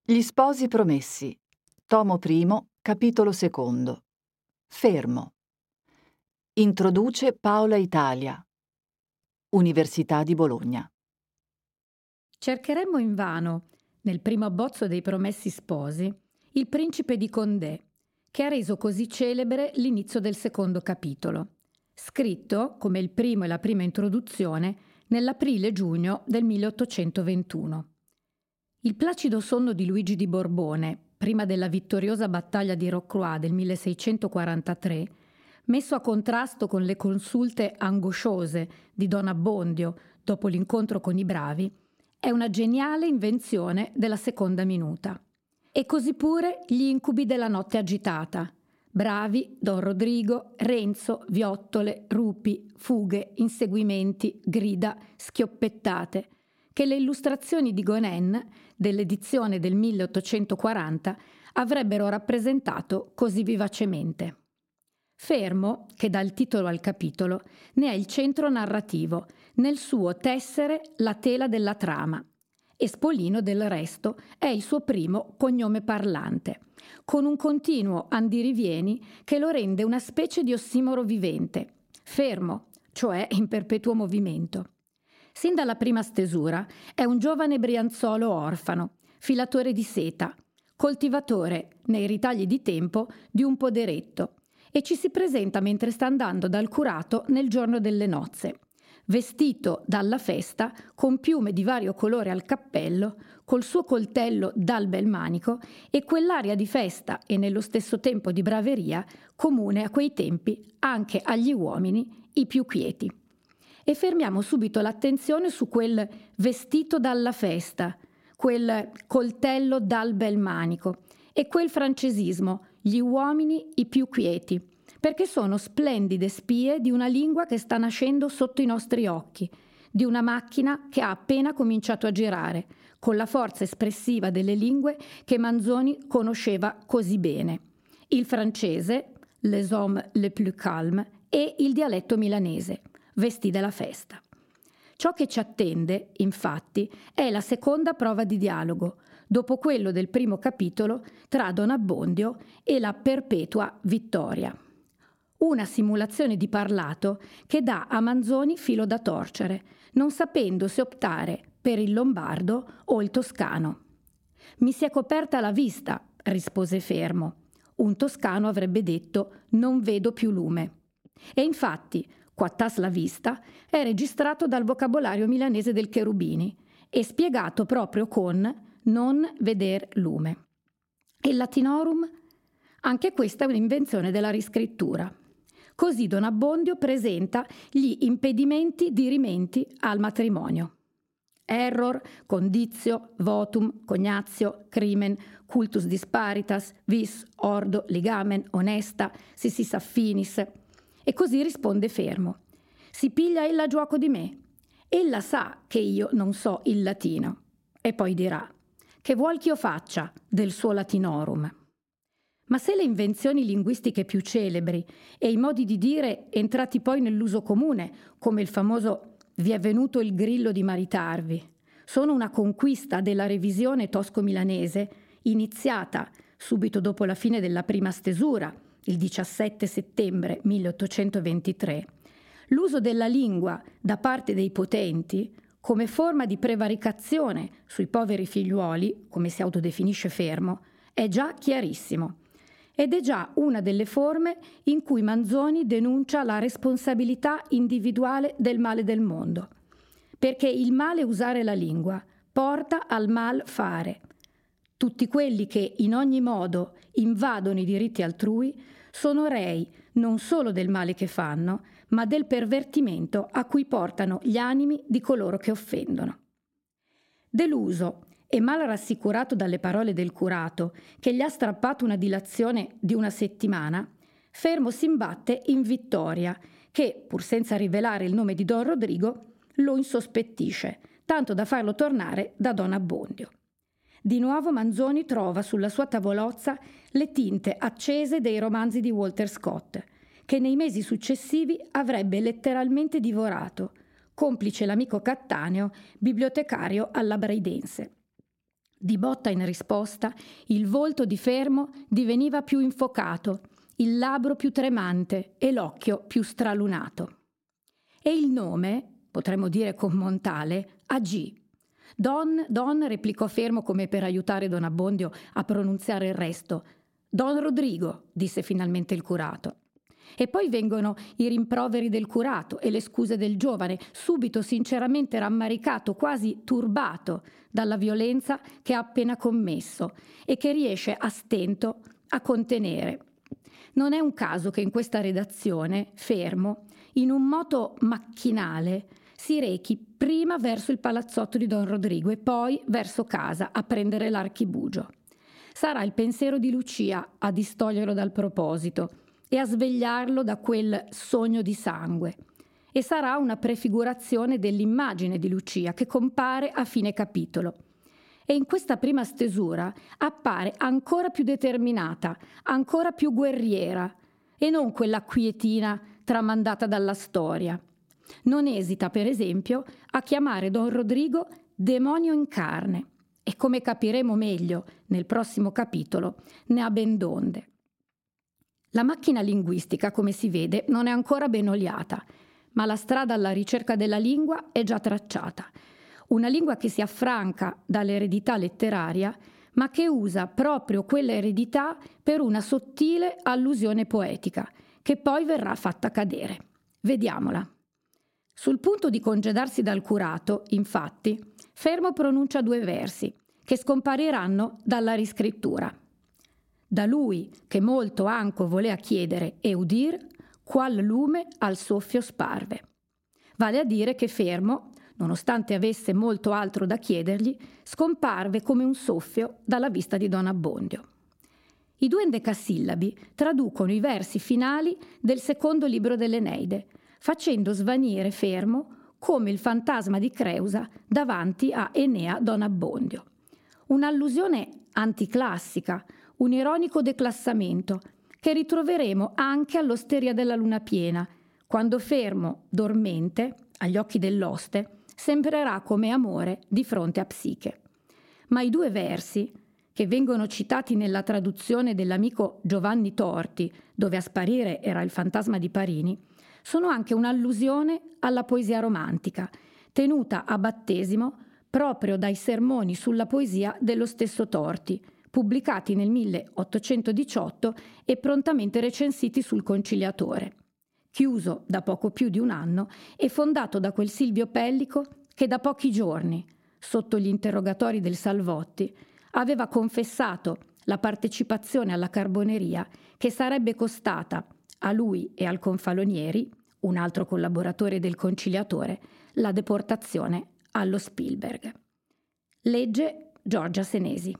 Gli sposi promessi. Tomo I, capitolo secondo. Fermo. Introduce Paola Italia. Università di Bologna. Cercheremmo invano, nel primo abbozzo dei Promessi Sposi, il principe di Condé, che ha reso così celebre l'inizio del secondo capitolo, scritto, come il primo e la prima introduzione, nell'aprile-giugno del 1821. Il placido sonno di Luigi di Borbone, prima della vittoriosa battaglia di Rocroi del 1643, messo a contrasto con le consulte angosciose di Don Abbondio dopo l'incontro con i bravi, è una geniale invenzione della seconda minuta. E così pure gli incubi della notte agitata. Bravi, Don Rodrigo, Renzo, viottole, rupi, fughe, inseguimenti, grida, schioppettate, che le illustrazioni di Gonen, dell'edizione del 1840, avrebbero rappresentato così vivacemente. Fermo, che dà il titolo al capitolo, ne è il centro narrativo, nel suo tessere la tela della trama. E Spolino, del resto, è il suo primo cognome parlante, con un continuo andirivieni che lo rende una specie di ossimoro vivente, fermo, cioè in perpetuo movimento. Sin dalla prima stesura è un giovane brianzolo orfano, filatore di seta, coltivatore, nei ritagli di tempo, di un poderetto, e ci si presenta mentre sta andando dal curato nel giorno delle nozze, vestito dalla festa con piume di vario colore al cappello, col suo coltello dal bel manico e quell'aria di festa e nello stesso tempo di braveria comune a quei tempi anche agli uomini i più quieti. E fermiamo subito l'attenzione su quel vestito dalla festa, quel coltello dal bel manico e quel francesismo, gli uomini i più quieti, perché sono splendide spie di una lingua che sta nascendo sotto i nostri occhi, di una macchina che ha appena cominciato a girare, con la forza espressiva delle lingue che Manzoni conosceva così bene. Il francese, les hommes les plus calmes, e il dialetto milanese, vestì della festa. Ciò che ci attende, infatti, è la seconda prova di dialogo, dopo quello del primo capitolo tra Don Abbondio e la perpetua Vittoria. Una simulazione di parlato che dà a Manzoni filo da torcere, non sapendo se optare per il lombardo o il toscano. «Mi si è coperta la vista», rispose Fermo. Un toscano avrebbe detto «non vedo più lume». E infatti, quattas la vista, è registrato dal vocabolario milanese del Cherubini e spiegato proprio con non veder lume. E il latinorum? Anche questa è un'invenzione della riscrittura. Così Don Abbondio presenta gli impedimenti dirimenti al matrimonio. Error, conditio, votum, cognatio, crimen, cultus disparitas, vis, ordo, ligamen, onesta, sisis affinis. E così risponde Fermo. Si piglia ella giuoco di me. Ella sa che io non so il latino. E poi dirà, che vuol ch'io faccia del suo latinorum? Ma se le invenzioni linguistiche più celebri e i modi di dire entrati poi nell'uso comune, come il famoso «vi è venuto il grillo di maritarvi», sono una conquista della revisione tosco-milanese iniziata subito dopo la fine della prima stesura, il 17 settembre 1823, l'uso della lingua da parte dei potenti come forma di prevaricazione sui poveri figliuoli, come si autodefinisce Fermo, è già chiarissimo. Ed è già una delle forme in cui Manzoni denuncia la responsabilità individuale del male del mondo. Perché il male usare la lingua porta al mal fare. Tutti quelli che in ogni modo invadono i diritti altrui sono rei non solo del male che fanno, ma del pervertimento a cui portano gli animi di coloro che offendono. Deluso e mal rassicurato dalle parole del curato, che gli ha strappato una dilazione di una settimana, Fermo si imbatte in Vittoria, che, pur senza rivelare il nome di Don Rodrigo, lo insospettisce, tanto da farlo tornare da Don Abbondio. Di nuovo Manzoni trova sulla sua tavolozza le tinte accese dei romanzi di Walter Scott, che nei mesi successivi avrebbe letteralmente divorato, complice l'amico Cattaneo, bibliotecario alla Braidense. Di botta in risposta, il volto di Fermo diveniva più infocato, il labbro più tremante e l'occhio più stralunato. E il nome, potremmo dire con Montale, agì. Don, replicò Fermo come per aiutare Don Abbondio a pronunziare il resto. Don Rodrigo, disse finalmente il curato. E poi vengono i rimproveri del curato e le scuse del giovane, subito sinceramente rammaricato, quasi turbato dalla violenza che ha appena commesso e che riesce a stento a contenere. Non è un caso che in questa redazione, Fermo, in un moto macchinale, si rechi prima verso il palazzotto di Don Rodrigo e poi verso casa a prendere l'archibugio. Sarà il pensiero di Lucia a distoglierlo dal proposito e a svegliarlo da quel sogno di sangue. E sarà una prefigurazione dell'immagine di Lucia che compare a fine capitolo. E in questa prima stesura appare ancora più determinata, ancora più guerriera, e non quella quietina tramandata dalla storia. Non esita, per esempio, a chiamare Don Rodrigo demonio in carne, e come capiremo meglio nel prossimo capitolo, ne ha ben donde. La macchina linguistica, come si vede, non è ancora ben oliata, ma la strada alla ricerca della lingua è già tracciata. Una lingua che si affranca dall'eredità letteraria, ma che usa proprio quella eredità per una sottile allusione poetica, che poi verrà fatta cadere. Vediamola. Sul punto di congedarsi dal curato, infatti, Fermo pronuncia 2 versi, che scompariranno dalla riscrittura. Da lui che molto anco volea chiedere e udir, qual lume al soffio sparve. Vale a dire che Fermo, nonostante avesse molto altro da chiedergli, scomparve come un soffio dalla vista di Don Abbondio. I 2 endecasillabi traducono i versi finali del secondo libro dell'Eneide, facendo svanire Fermo come il fantasma di Creusa davanti a Enea Don Abbondio. Un'allusione anticlassica, un ironico declassamento che ritroveremo anche all'Osteria della Luna Piena, quando Fermo, dormente, agli occhi dell'oste, sembrerà come amore di fronte a Psiche. Ma i 2 versi, che vengono citati nella traduzione dell'amico Giovanni Torti, dove a sparire era il fantasma di Parini, sono anche un'allusione alla poesia romantica, tenuta a battesimo proprio dai sermoni sulla poesia dello stesso Torti, pubblicati nel 1818 e prontamente recensiti sul Conciliatore, chiuso da poco più di un anno e fondato da quel Silvio Pellico che da pochi giorni, sotto gli interrogatori del Salvotti, aveva confessato la partecipazione alla carboneria che sarebbe costata a lui e al Confalonieri, un altro collaboratore del Conciliatore, la deportazione allo Spielberg. Legge Giorgia Senesi.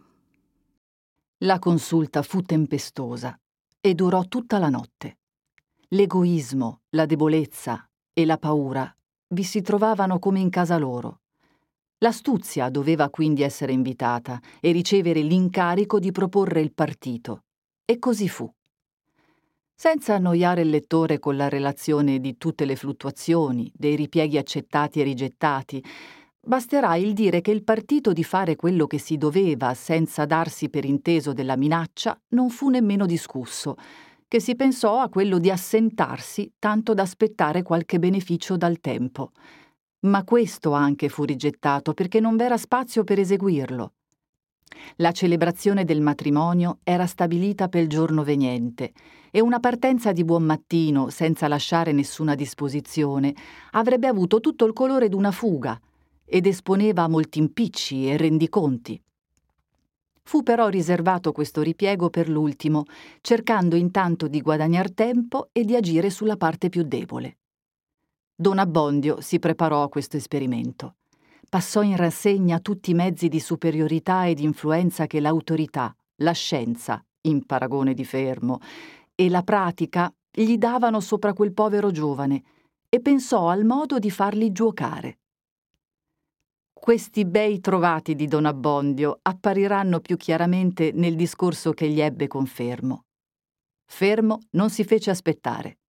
La consulta fu tempestosa e durò tutta la notte. L'egoismo, la debolezza e la paura vi si trovavano come in casa loro. L'astuzia doveva quindi essere invitata e ricevere l'incarico di proporre il partito. E così fu. Senza annoiare il lettore con la relazione di tutte le fluttuazioni, dei ripieghi accettati e rigettati, basterà il dire che il partito di fare quello che si doveva senza darsi per inteso della minaccia non fu nemmeno discusso, che si pensò a quello di assentarsi tanto da aspettare qualche beneficio dal tempo. Ma questo anche fu rigettato perché non v'era spazio per eseguirlo. La celebrazione del matrimonio era stabilita per il giorno veniente e una partenza di buon mattino, senza lasciare nessuna disposizione, avrebbe avuto tutto il colore d'una fuga ed esponeva a molti impicci e rendiconti. Fu però riservato questo ripiego per l'ultimo, cercando intanto di guadagnar tempo e di agire sulla parte più debole. Don Abbondio si preparò a questo esperimento. Passò in rassegna tutti i mezzi di superiorità e di influenza che l'autorità, la scienza, in paragone di Fermo, e la pratica gli davano sopra quel povero giovane e pensò al modo di farli giuocare. Questi bei trovati di Don Abbondio appariranno più chiaramente nel discorso che gli ebbe con Fermo. Fermo non si fece aspettare.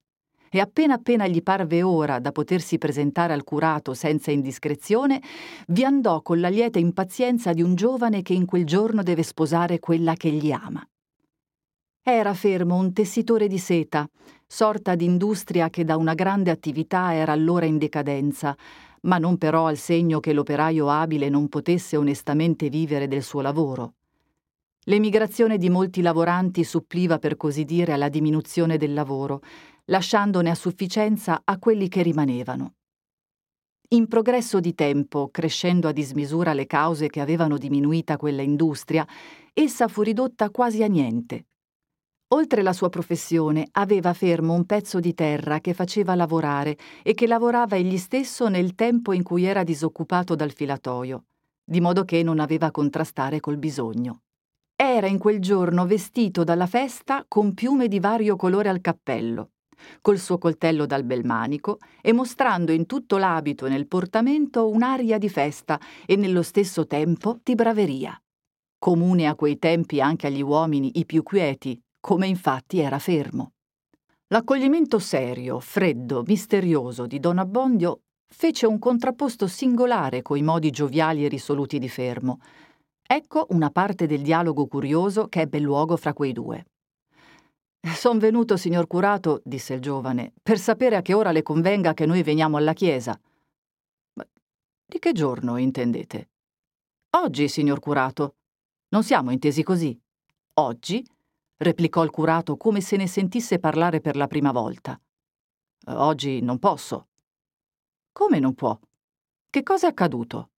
e appena gli parve ora da potersi presentare al curato senza indiscrezione, vi andò con la lieta impazienza di un giovane che in quel giorno deve sposare quella che gli ama. Era Fermo un tessitore di seta, sorta d'industria che da una grande attività era allora in decadenza, ma non però al segno che l'operaio abile non potesse onestamente vivere del suo lavoro. L'emigrazione di molti lavoranti suppliva per così dire alla diminuzione del lavoro, lasciandone a sufficienza a quelli che rimanevano. In progresso di tempo, crescendo a dismisura le cause che avevano diminuita quella industria, essa fu ridotta quasi a niente. Oltre la sua professione, aveva Fermo un pezzo di terra che faceva lavorare e che lavorava egli stesso nel tempo in cui era disoccupato dal filatoio, di modo che non aveva a contrastare col bisogno. Era in quel giorno vestito dalla festa con piume di vario colore al cappello, col suo coltello dal bel manico e mostrando in tutto l'abito e nel portamento un'aria di festa e nello stesso tempo di braveria, comune a quei tempi anche agli uomini i più quieti, come infatti era Fermo. L'accoglimento serio, freddo, misterioso di Don Abbondio fece un contrapposto singolare coi modi gioviali e risoluti di Fermo. Ecco una parte del dialogo curioso che ebbe luogo fra quei due. «Son venuto, signor curato», disse il giovane, «per sapere a che ora le convenga che noi veniamo alla chiesa». «Ma di che giorno intendete?» «Oggi, signor curato. Non siamo intesi così?» «Oggi?» replicò il curato come se ne sentisse parlare per la prima volta. «Oggi non posso». «Come non può? Che cosa è accaduto?»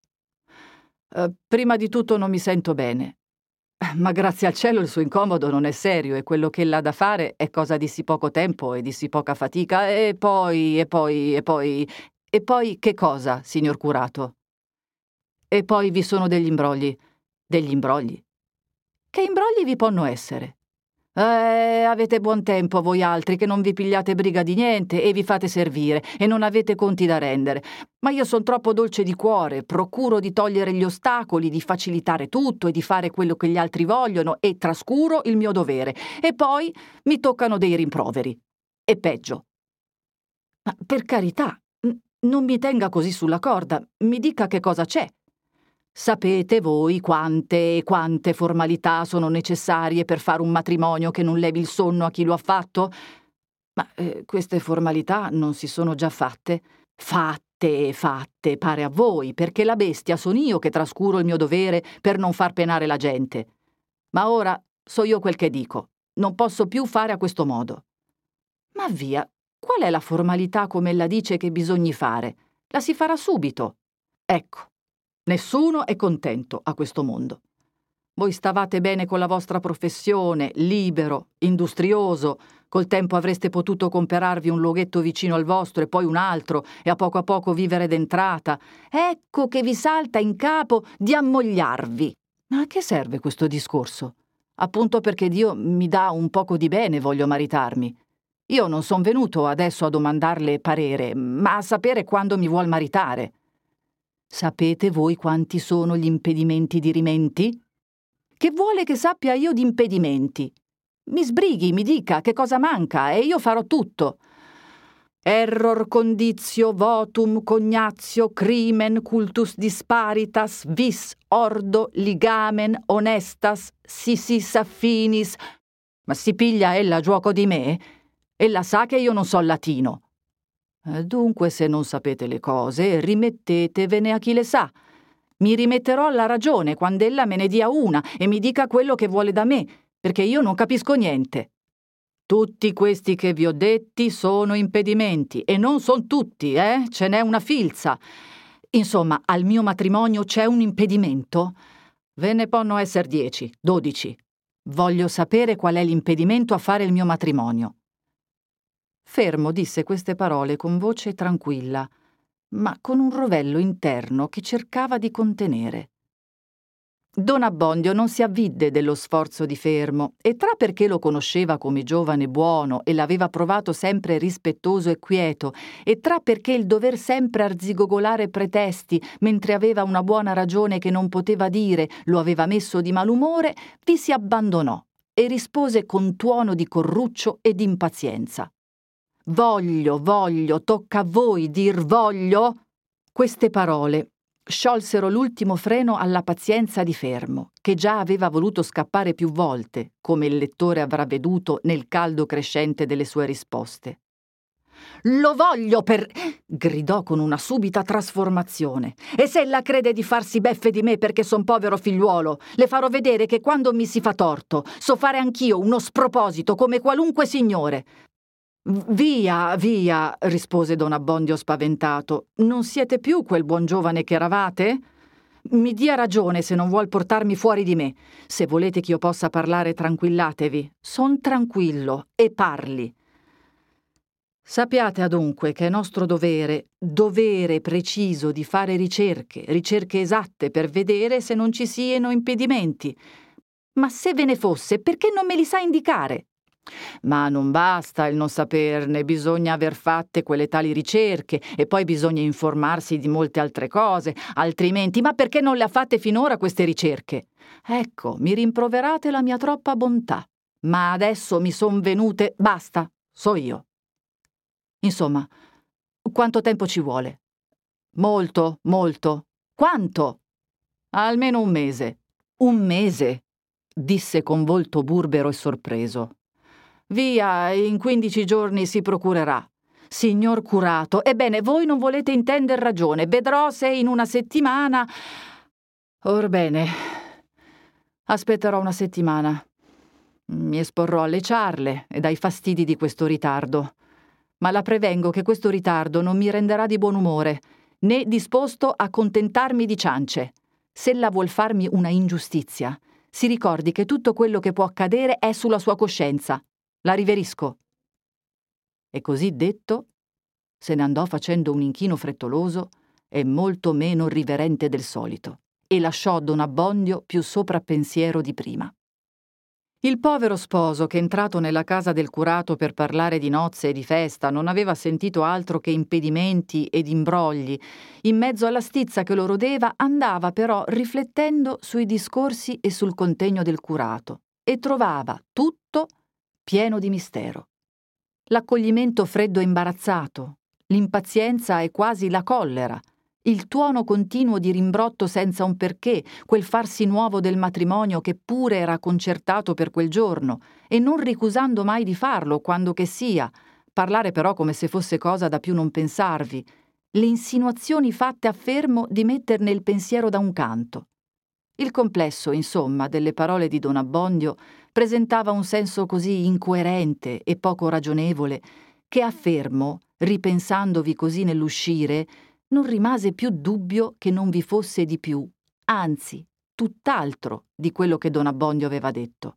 «Prima di tutto non mi sento bene. Ma grazie al cielo il suo incomodo non è serio e quello che l'ha da fare è cosa di sì poco tempo e di sì poca fatica e poi che cosa, signor curato?» «E poi vi sono degli imbrogli». «Degli imbrogli? Che imbrogli vi possono essere?» Avete buon tempo voi altri che non vi pigliate briga di niente e vi fate servire e non avete conti da rendere. Ma io son troppo dolce di cuore, procuro di togliere gli ostacoli, di facilitare tutto e di fare quello che gli altri vogliono e trascuro il mio dovere. E poi mi toccano dei rimproveri. E peggio. Ma per carità, non mi tenga così sulla corda, mi dica che cosa c'è. Sapete voi quante e quante formalità sono necessarie per fare un matrimonio che non levi il sonno a chi lo ha fatto? Ma queste formalità non si sono già fatte? Fatte, pare a voi, perché la bestia son io che trascuro il mio dovere per non far penare la gente. Ma ora so io quel che dico, non posso più fare a questo modo. Ma via, qual è la formalità come ella dice che bisogni fare? La si farà subito. Ecco. Nessuno è contento a questo mondo. Voi stavate bene con la vostra professione, libero, industrioso, col tempo avreste potuto comperarvi un loghetto vicino al vostro e poi un altro e a poco vivere d'entrata. Ecco che vi salta in capo di ammogliarvi. Ma a che serve questo discorso? Appunto perché Dio mi dà un poco di bene voglio maritarmi. Io non son venuto adesso a domandarle parere, ma a sapere quando mi vuol maritare. Sapete voi quanti sono gli impedimenti dirimenti? Che vuole che sappia io di impedimenti? Mi sbrighi, mi dica che cosa manca e io farò tutto. Error conditio votum cognatio crimen cultus disparitas vis ordo ligamen honestas sisis affinis. Ma si piglia ella a giuoco di me? Ella sa che io non so latino. Dunque, se non sapete le cose, rimettetevene a chi le sa. Mi rimetterò alla ragione quando ella me ne dia una e mi dica quello che vuole da me, perché io non capisco niente. Tutti questi che vi ho detti sono impedimenti, e non son tutti, ce n'è una filza. Insomma, al mio matrimonio c'è un impedimento? Ve ne possono essere 10, 12. Voglio sapere qual è l'impedimento a fare il mio matrimonio. Fermo disse queste parole con voce tranquilla, ma con un rovello interno che cercava di contenere. Don Abbondio non si avvidde dello sforzo di Fermo e tra perché lo conosceva come giovane buono e l'aveva provato sempre rispettoso e quieto e tra perché il dover sempre arzigogolare pretesti mentre aveva una buona ragione che non poteva dire lo aveva messo di malumore, vi si abbandonò e rispose con tuono di corruccio e d'impazienza. Voglio, tocca a voi dir voglio. Queste parole sciolsero l'ultimo freno alla pazienza di Fermo, che già aveva voluto scappare più volte, come il lettore avrà veduto nel caldo crescente delle sue risposte. «Lo voglio per...» gridò con una subita trasformazione. «E se ella crede di farsi beffe di me perché son povero figliuolo, le farò vedere che quando mi si fa torto so fare anch'io uno sproposito come qualunque signore». «Via, via», rispose don Abbondio spaventato. «Non siete più quel buon giovane che eravate? Mi dia ragione se non vuol portarmi fuori di me. Se volete che io possa parlare, tranquillatevi. Son tranquillo e parli. Sappiate adunque che è nostro dovere preciso di fare ricerche esatte per vedere se non ci siano impedimenti. Ma se ve ne fosse, perché non me li sa indicare? Ma non basta il non saperne, bisogna aver fatte quelle tali ricerche e poi bisogna informarsi di molte altre cose, altrimenti, ma perché non le ha fatte finora queste ricerche? Ecco, mi rimproverate la mia troppa bontà, ma adesso mi son venute, basta, so io. Insomma, quanto tempo ci vuole? Molto, molto. Quanto? Almeno un mese. Un mese? Disse con volto burbero e sorpreso. Via, in 15 giorni si procurerà. Signor curato, ebbene, voi non volete intender ragione. Vedrò se in una settimana... Orbene, aspetterò una settimana. Mi esporrò alle ciarle e ai fastidi di questo ritardo. Ma la prevengo che questo ritardo non mi renderà di buon umore, né disposto a contentarmi di ciance. Se ella vuol farmi una ingiustizia, si ricordi che tutto quello che può accadere è sulla sua coscienza. La riverisco». E così detto, se ne andò facendo un inchino frettoloso e molto meno riverente del solito, e lasciò don Abbondio più soprappensiero di prima. Il povero sposo, che entrato nella casa del curato per parlare di nozze e di festa, non aveva sentito altro che impedimenti ed imbrogli. In mezzo alla stizza che lo rodeva, andava però riflettendo sui discorsi e sul contegno del curato, e trovava tutto pieno di mistero. L'accoglimento freddo e imbarazzato, l'impazienza e quasi la collera, il tuono continuo di rimbrotto senza un perché, quel farsi nuovo del matrimonio che pure era concertato per quel giorno, e non ricusando mai di farlo, quando che sia, parlare però come se fosse cosa da più non pensarvi, le insinuazioni fatte a Fermo di metterne il pensiero da un canto. Il complesso, insomma, delle parole di don Abbondio presentava un senso così incoerente e poco ragionevole che a Fermo, ripensandovi così nell'uscire, non rimase più dubbio che non vi fosse di più, anzi, tutt'altro di quello che don Abbondio aveva detto.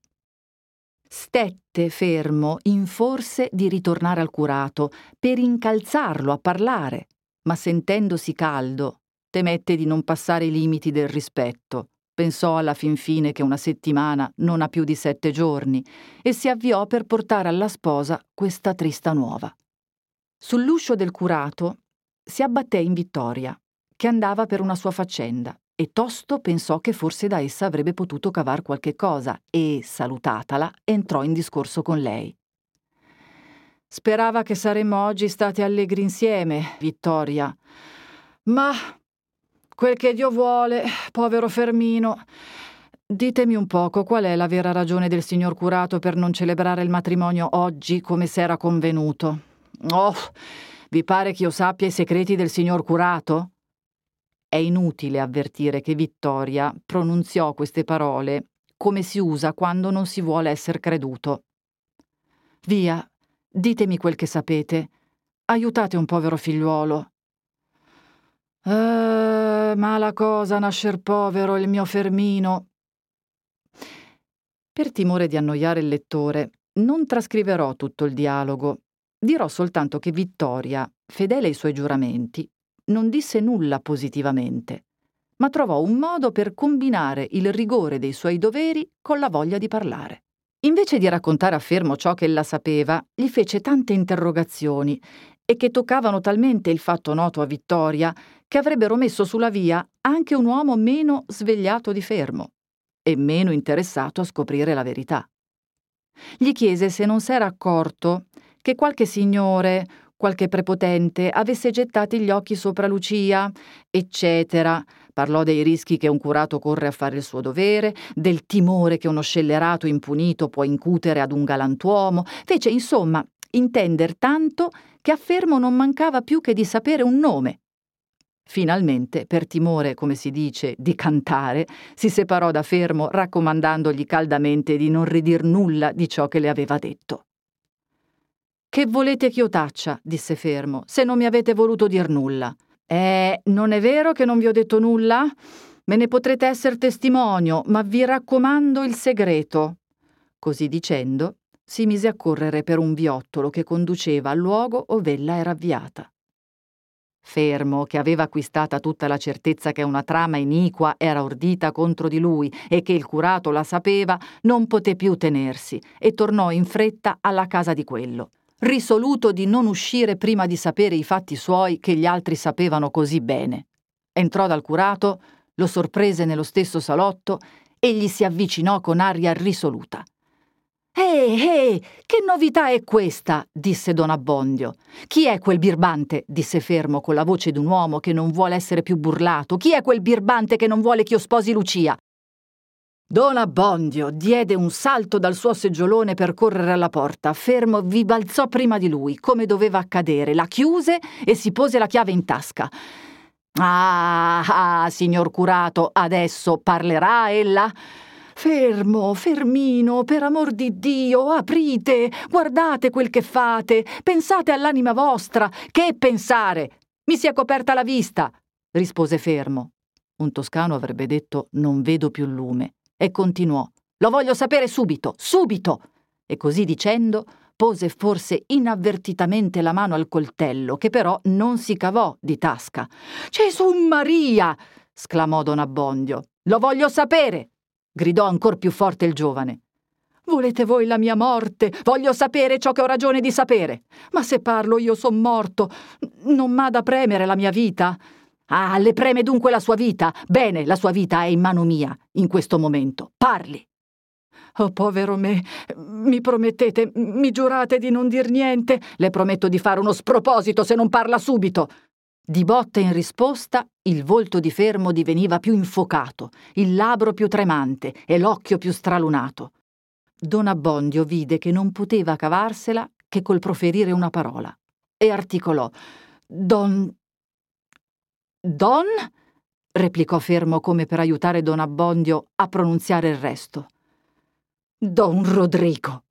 Stette Fermo in forse di ritornare al curato per incalzarlo a parlare, ma sentendosi caldo, temette di non passare i limiti del rispetto. Pensò alla fin fine che una settimana non ha più di 7 giorni e si avviò per portare alla sposa questa trista nuova. Sull'uscio del curato si abbatté in Vittoria, che andava per una sua faccenda, e tosto pensò che forse da essa avrebbe potuto cavar qualche cosa e, salutatala, entrò in discorso con lei. «Sperava che saremmo oggi stati allegri insieme, Vittoria. Ma quel che Dio vuole, povero Fermino. Ditemi un poco qual è la vera ragione del signor curato per non celebrare il matrimonio oggi come s'era convenuto. Oh, vi pare che io sappia i segreti del signor curato?» È inutile avvertire che Vittoria pronunziò queste parole come si usa quando non si vuole esser creduto. «Via, ditemi quel che sapete. Aiutate un povero figliuolo». Mala cosa nascer povero il mio Fermino». Per timore di annoiare il lettore, non trascriverò tutto il dialogo. Dirò soltanto che Vittoria, fedele ai suoi giuramenti, non disse nulla positivamente, ma trovò un modo per combinare il rigore dei suoi doveri con la voglia di parlare. Invece di raccontare a Fermo ciò che ella sapeva, gli fece tante interrogazioni e che toccavano talmente il fatto noto a Vittoria che avrebbero messo sulla via anche un uomo meno svegliato di Fermo e meno interessato a scoprire la verità. Gli chiese se non s'era accorto che qualche signore, qualche prepotente avesse gettati gli occhi sopra Lucia, eccetera. Parlò dei rischi che un curato corre a fare il suo dovere, del timore che uno scellerato impunito può incutere ad un galantuomo. Fece, insomma, intender tanto che a Fermo non mancava più che di sapere un nome. Finalmente, per timore, come si dice, di cantare, si separò da Fermo raccomandandogli caldamente di non ridir nulla di ciò che le aveva detto. «Che volete che io taccia?» disse Fermo, «se non mi avete voluto dir nulla». Non è vero che non vi ho detto nulla? Me ne potrete essere testimonio, ma vi raccomando il segreto». Così dicendo, si mise a correre per un viottolo che conduceva al luogo ov'ella era avviata. Fermo, che aveva acquistata tutta la certezza che una trama iniqua era ordita contro di lui e che il curato la sapeva, non poté più tenersi e tornò in fretta alla casa di quello, risoluto di non uscire prima di sapere i fatti suoi che gli altri sapevano così bene. Entrò dal curato, lo sorprese nello stesso salotto e gli si avvicinò con aria risoluta. Che novità è questa?» disse don Abbondio. «Chi è quel birbante?» disse Fermo con la voce d'un uomo che non vuole essere più burlato. «Chi è quel birbante che non vuole che io sposi Lucia?» Don Abbondio diede un salto dal suo seggiolone per correre alla porta. Fermo vi balzò prima di lui, come doveva accadere, la chiuse e si pose la chiave in tasca. Ah, signor curato, adesso parlerà ella?» «Fermo, Fermino, per amor di Dio, aprite, guardate quel che fate, pensate all'anima vostra». «Che pensare? Mi si è coperta la vista», rispose Fermo. Un toscano avrebbe detto «non vedo più lume», e continuò «lo voglio sapere subito, subito», e così dicendo pose forse inavvertitamente la mano al coltello, che però non si cavò di tasca. «Gesù Maria!» sclamò don Abbondio. «Lo voglio sapere!» gridò ancor più forte il giovane. «Volete voi la mia morte? Voglio sapere ciò che ho ragione di sapere. Ma se parlo io son morto. Non m'ha da premere la mia vita?» «Ah, le preme dunque la sua vita? Bene, la sua vita è in mano mia, in questo momento. Parli!» «Oh, povero me, mi promettete, mi giurate di non dir niente?» «Le prometto di fare uno sproposito se non parla subito!» Di botta in risposta, il volto di Fermo diveniva più infocato, il labbro più tremante e l'occhio più stralunato. Don Abbondio vide che non poteva cavarsela che col proferire una parola e articolò: «Don?» replicò Fermo come per aiutare don Abbondio a pronunziare il resto. «Don Rodrigo»,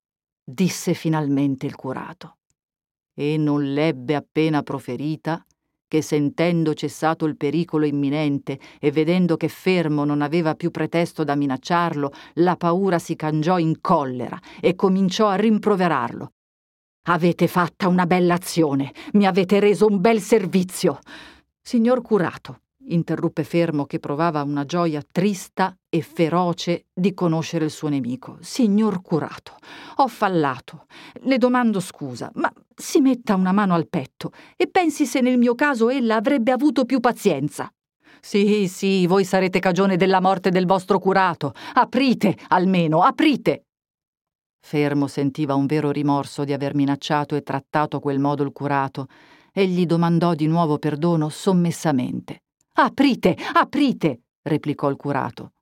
disse finalmente il curato, e non l'ebbe appena proferita che, sentendo cessato il pericolo imminente e vedendo che Fermo non aveva più pretesto da minacciarlo, la paura si cangiò in collera e cominciò a rimproverarlo. «Avete fatta una bella azione, mi avete reso un bel servizio». «Signor curato», interruppe Fermo, che provava una gioia trista e feroce di conoscere il suo nemico. «Signor curato, ho fallato. Le domando scusa, ma si metta una mano al petto e pensi se nel mio caso ella avrebbe avuto più pazienza». Sì, voi sarete cagione della morte del vostro curato. Aprite, almeno, aprite!» Fermo sentiva un vero rimorso di aver minacciato e trattato a quel modo il curato e gli domandò di nuovo perdono sommessamente. «Aprite, aprite!» replicò il curato.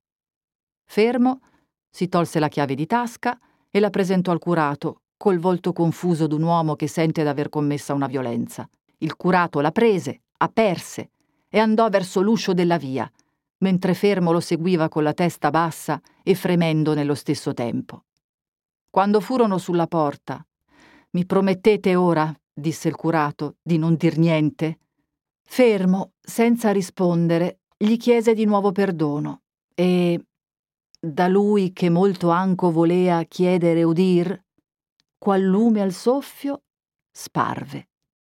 Fermo si tolse la chiave di tasca e la presentò al curato col volto confuso d'un uomo che sente d'aver commessa una violenza. Il curato la prese, aperse e andò verso l'uscio della via, mentre Fermo lo seguiva con la testa bassa e fremendo nello stesso tempo. Quando furono sulla porta: «Mi promettete ora», disse il curato, «di non dir niente?» Fermo, senza rispondere, gli chiese di nuovo perdono e, da lui che molto anco volea chiedere udir, qual lume al soffio, sparve.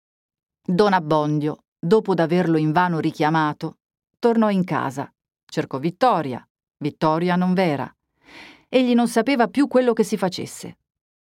Don Abbondio, dopo d'averlo invano richiamato, tornò in casa, cercò Vittoria non v'era. Egli non sapeva più quello che si facesse.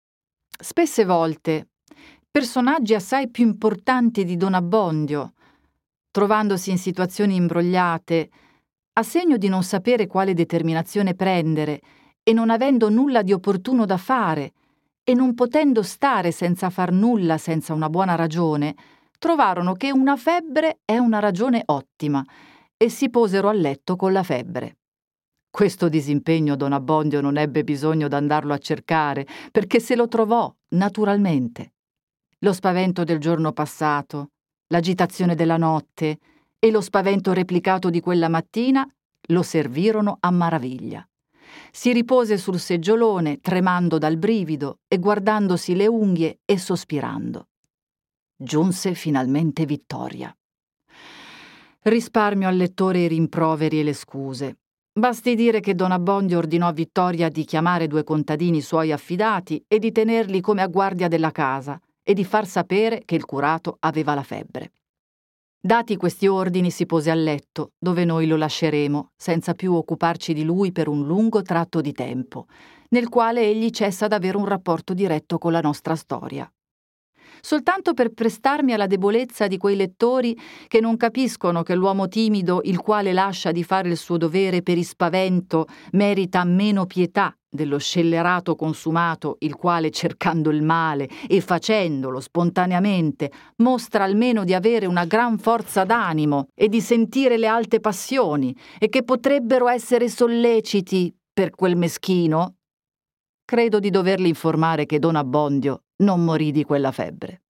Spesse volte personaggi assai più importanti di don Abbondio, trovandosi in situazioni imbrogliate, a segno di non sapere quale determinazione prendere e non avendo nulla di opportuno da fare, e non potendo stare senza far nulla senza una buona ragione, trovarono che una febbre è una ragione ottima e si posero a letto con la febbre. Questo disimpegno don Abbondio non ebbe bisogno d'andarlo a cercare, perché se lo trovò naturalmente. Lo spavento del giorno passato, l'agitazione della notte e lo spavento replicato di quella mattina lo servirono a maraviglia. Si ripose sul seggiolone, tremando dal brivido e guardandosi le unghie e sospirando. Giunse finalmente vittoria. Risparmio al lettore i rimproveri e le scuse. Basti dire che don Abbondio ordinò a Vittoria di chiamare 2 contadini suoi affidati e di tenerli come a guardia della casa e di far sapere che il curato aveva la febbre. Dati questi ordini si pose a letto, dove noi lo lasceremo, senza più occuparci di lui per un lungo tratto di tempo, nel quale egli cessa d'avere un rapporto diretto con la nostra storia. Soltanto per prestarmi alla debolezza di quei lettori che non capiscono che l'uomo timido, il quale lascia di fare il suo dovere per ispavento, merita meno pietà dello scellerato consumato, il quale, cercando il male e facendolo spontaneamente, mostra almeno di avere una gran forza d'animo e di sentire le alte passioni e che potrebbero essere solleciti per quel meschino. Credo di doverli informare che don Abbondio non morì di quella febbre.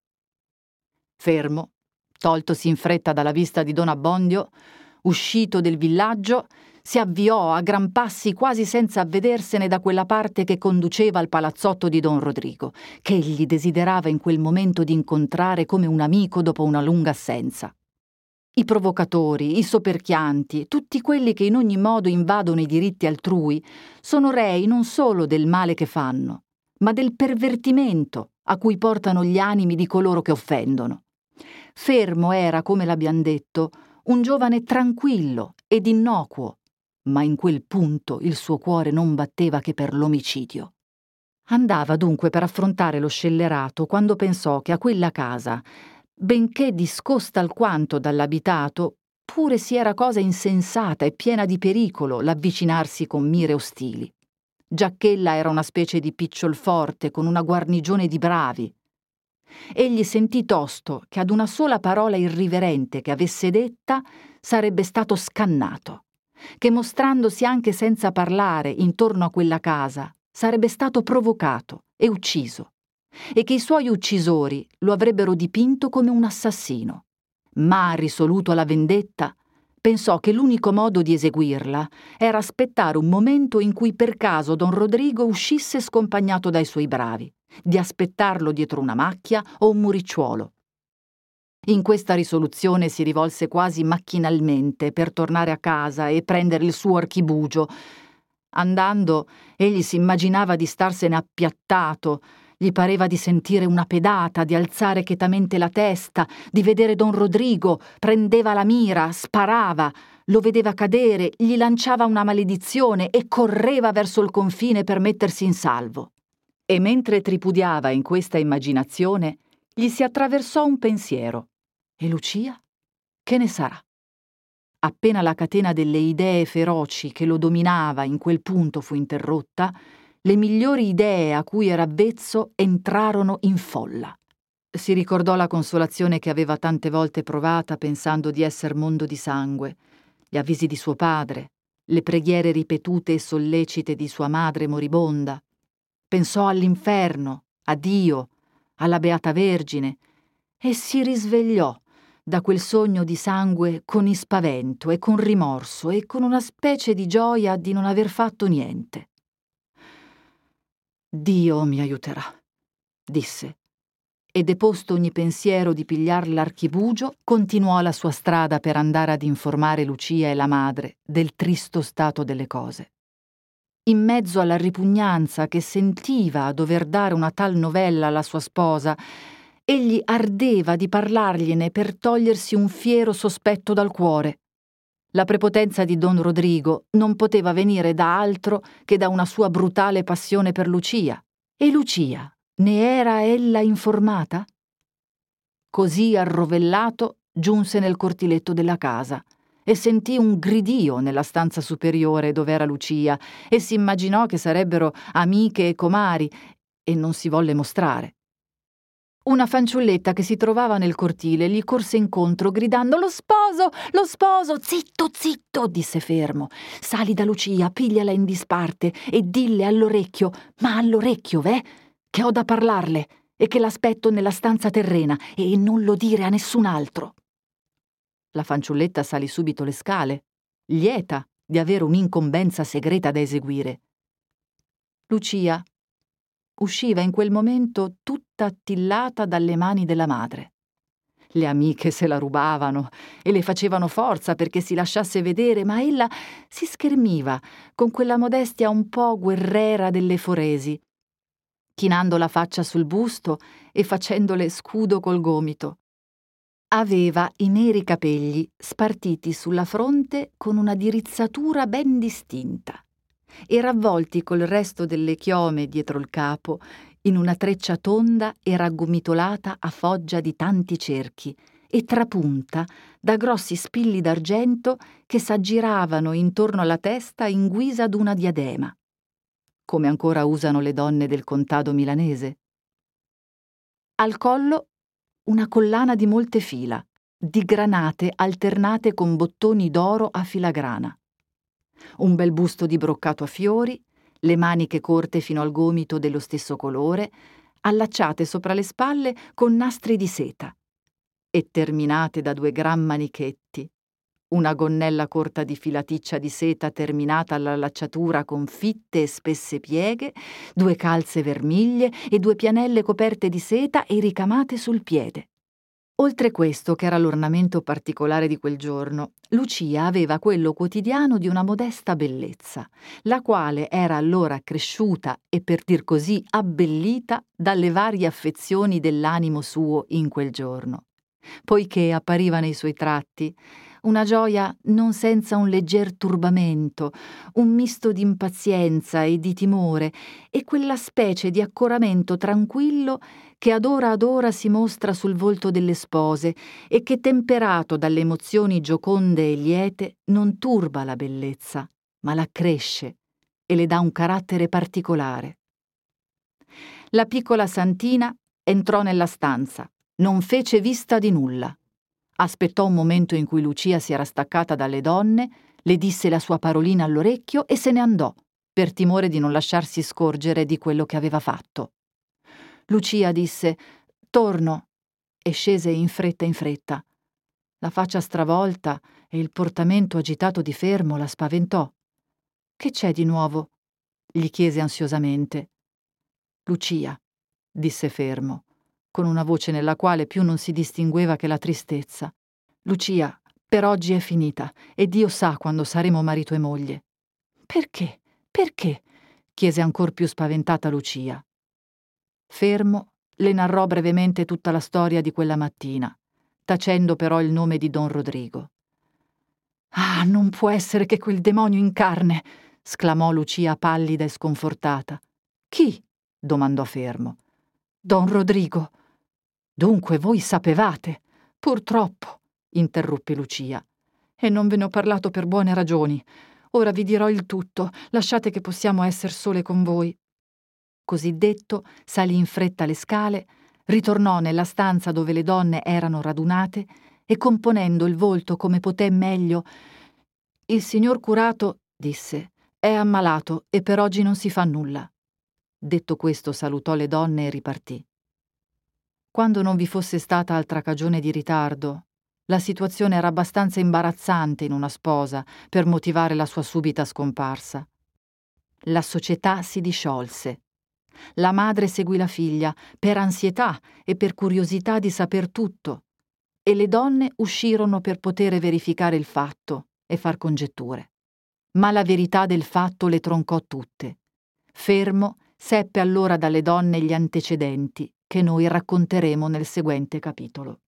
Fermo, toltosi in fretta dalla vista di don Abbondio, uscito del villaggio, si avviò a gran passi quasi senza avvedersene da quella parte che conduceva al palazzotto di don Rodrigo, che egli desiderava in quel momento di incontrare come un amico dopo una lunga assenza. I provocatori, i soperchianti, tutti quelli che in ogni modo invadono i diritti altrui, sono rei non solo del male che fanno, ma del pervertimento a cui portano gli animi di coloro che offendono. Fermo era, come l'abbiam detto, un giovane tranquillo ed innocuo, ma in quel punto il suo cuore non batteva che per l'omicidio. Andava dunque per affrontare lo scellerato quando pensò che a quella casa, benché discosta alquanto dall'abitato, pure si era cosa insensata e piena di pericolo l'avvicinarsi con mire ostili. Giacch'ella era una specie di picciol forte con una guarnigione di bravi. Egli sentì tosto che ad una sola parola irriverente che avesse detta sarebbe stato scannato, che mostrandosi anche senza parlare intorno a quella casa sarebbe stato provocato e ucciso, e che i suoi uccisori lo avrebbero dipinto come un assassino. Ma, risoluto alla vendetta, pensò che l'unico modo di eseguirla era aspettare un momento in cui per caso don Rodrigo uscisse scompagnato dai suoi bravi, di aspettarlo dietro una macchia o un muricciuolo. In questa risoluzione si rivolse quasi macchinalmente per tornare a casa e prendere il suo archibugio. Andando, egli si immaginava di starsene appiattato, gli pareva di sentire una pedata, di alzare chetamente la testa, di vedere don Rodrigo, prendeva la mira, sparava, lo vedeva cadere, gli lanciava una maledizione e correva verso il confine per mettersi in salvo. E mentre tripudiava in questa immaginazione, gli si attraversò un pensiero. E Lucia? Che ne sarà? Appena la catena delle idee feroci che lo dominava in quel punto fu interrotta, le migliori idee a cui era avvezzo entrarono in folla. Si ricordò la consolazione che aveva tante volte provata pensando di esser mondo di sangue, gli avvisi di suo padre, le preghiere ripetute e sollecite di sua madre moribonda. Pensò all'inferno, a Dio, alla Beata Vergine e si risvegliò da quel sogno di sangue con ispavento e con rimorso e con una specie di gioia di non aver fatto niente. Dio mi aiuterà, disse, e deposto ogni pensiero di pigliar l'archibugio, continuò la sua strada per andare ad informare Lucia e la madre del tristo stato delle cose. In mezzo alla ripugnanza che sentiva a dover dare una tal novella alla sua sposa, egli ardeva di parlargliene per togliersi un fiero sospetto dal cuore. La prepotenza di don Rodrigo non poteva venire da altro che da una sua brutale passione per Lucia. E Lucia, ne era ella informata? Così arrovellato giunse nel cortiletto della casa e sentì un gridio nella stanza superiore dove era Lucia e si immaginò che sarebbero amiche e comari e non si volle mostrare. Una fanciulletta che si trovava nel cortile gli corse incontro gridando «Lo sposo! Lo sposo!» «Zitto, zitto!» disse Fermo. «Sali da Lucia, pigliala in disparte e dille all'orecchio, ma all'orecchio, che ho da parlarle e che l'aspetto nella stanza terrena e non lo dire a nessun altro». La fanciulletta salì subito le scale, lieta di avere un'incombenza segreta da eseguire. Lucia usciva in quel momento tutta attillata dalle mani della madre. Le amiche se la rubavano e le facevano forza perché si lasciasse vedere, ma ella si schermiva con quella modestia un po' guerrera delle foresi, chinando la faccia sul busto e facendole scudo col gomito. Aveva i neri capegli spartiti sulla fronte con una dirizzatura ben distinta e ravvolti col resto delle chiome dietro il capo in una treccia tonda e raggomitolata a foggia di tanti cerchi e trapunta da grossi spilli d'argento che s'aggiravano intorno alla testa in guisa d'una diadema, come ancora usano le donne del contado milanese. Al collo una collana di molte fila, di granate alternate con bottoni d'oro a filagrana. Un bel busto di broccato a fiori, le maniche corte fino al gomito dello stesso colore, allacciate sopra le spalle con nastri di seta e terminate da 2 gran manichetti, una gonnella corta di filaticcia di seta terminata all'allacciatura con fitte e spesse pieghe, 2 calze vermiglie e 2 pianelle coperte di seta e ricamate sul piede. Oltre questo, che era l'ornamento particolare di quel giorno, Lucia aveva quello quotidiano di una modesta bellezza, la quale era allora cresciuta e, per dir così, abbellita dalle varie affezioni dell'animo suo in quel giorno, poiché appariva nei suoi tratti una gioia non senza un legger turbamento, un misto di impazienza e di timore, e quella specie di accoramento tranquillo che ad ora si mostra sul volto delle spose e che, temperato dalle emozioni gioconde e liete, non turba la bellezza, ma l'accresce e le dà un carattere particolare. La piccola Santina entrò nella stanza, non fece vista di nulla. Aspettò un momento in cui Lucia si era staccata dalle donne, le disse la sua parolina all'orecchio e se ne andò, per timore di non lasciarsi scorgere di quello che aveva fatto. Lucia disse «Torno» e scese in fretta. La faccia stravolta e il portamento agitato di Fermo la spaventò. «Che c'è di nuovo?» gli chiese ansiosamente. «Lucia», disse Fermo, con una voce nella quale più non si distingueva che la tristezza. «Lucia, per oggi è finita e Dio sa quando saremo marito e moglie». «Perché? Perché?» chiese ancor più spaventata Lucia. Fermo le narrò brevemente tutta la storia di quella mattina, tacendo però il nome di Don Rodrigo. «Ah, non può essere che quel demonio in carne!» sclamò Lucia pallida e sconfortata. «Chi?» domandò Fermo. «Don Rodrigo». «Dunque voi sapevate?» «Purtroppo», interruppe Lucia. «E non ve ne ho parlato per buone ragioni. Ora vi dirò il tutto, lasciate che possiamo esser sole con voi». Così detto, salì in fretta le scale, ritornò nella stanza dove le donne erano radunate e, componendo il volto come poté meglio, «Il signor curato», disse, «è ammalato e per oggi non si fa nulla». Detto questo salutò le donne e ripartì. Quando non vi fosse stata altra cagione di ritardo, la situazione era abbastanza imbarazzante in una sposa per motivare la sua subita scomparsa. La società si disciolse. La madre seguì la figlia per ansietà e per curiosità di saper tutto, e le donne uscirono per poter verificare il fatto e far congetture. Ma la verità del fatto le troncò tutte. Fermo seppe allora dalle donne gli antecedenti che noi racconteremo nel seguente capitolo.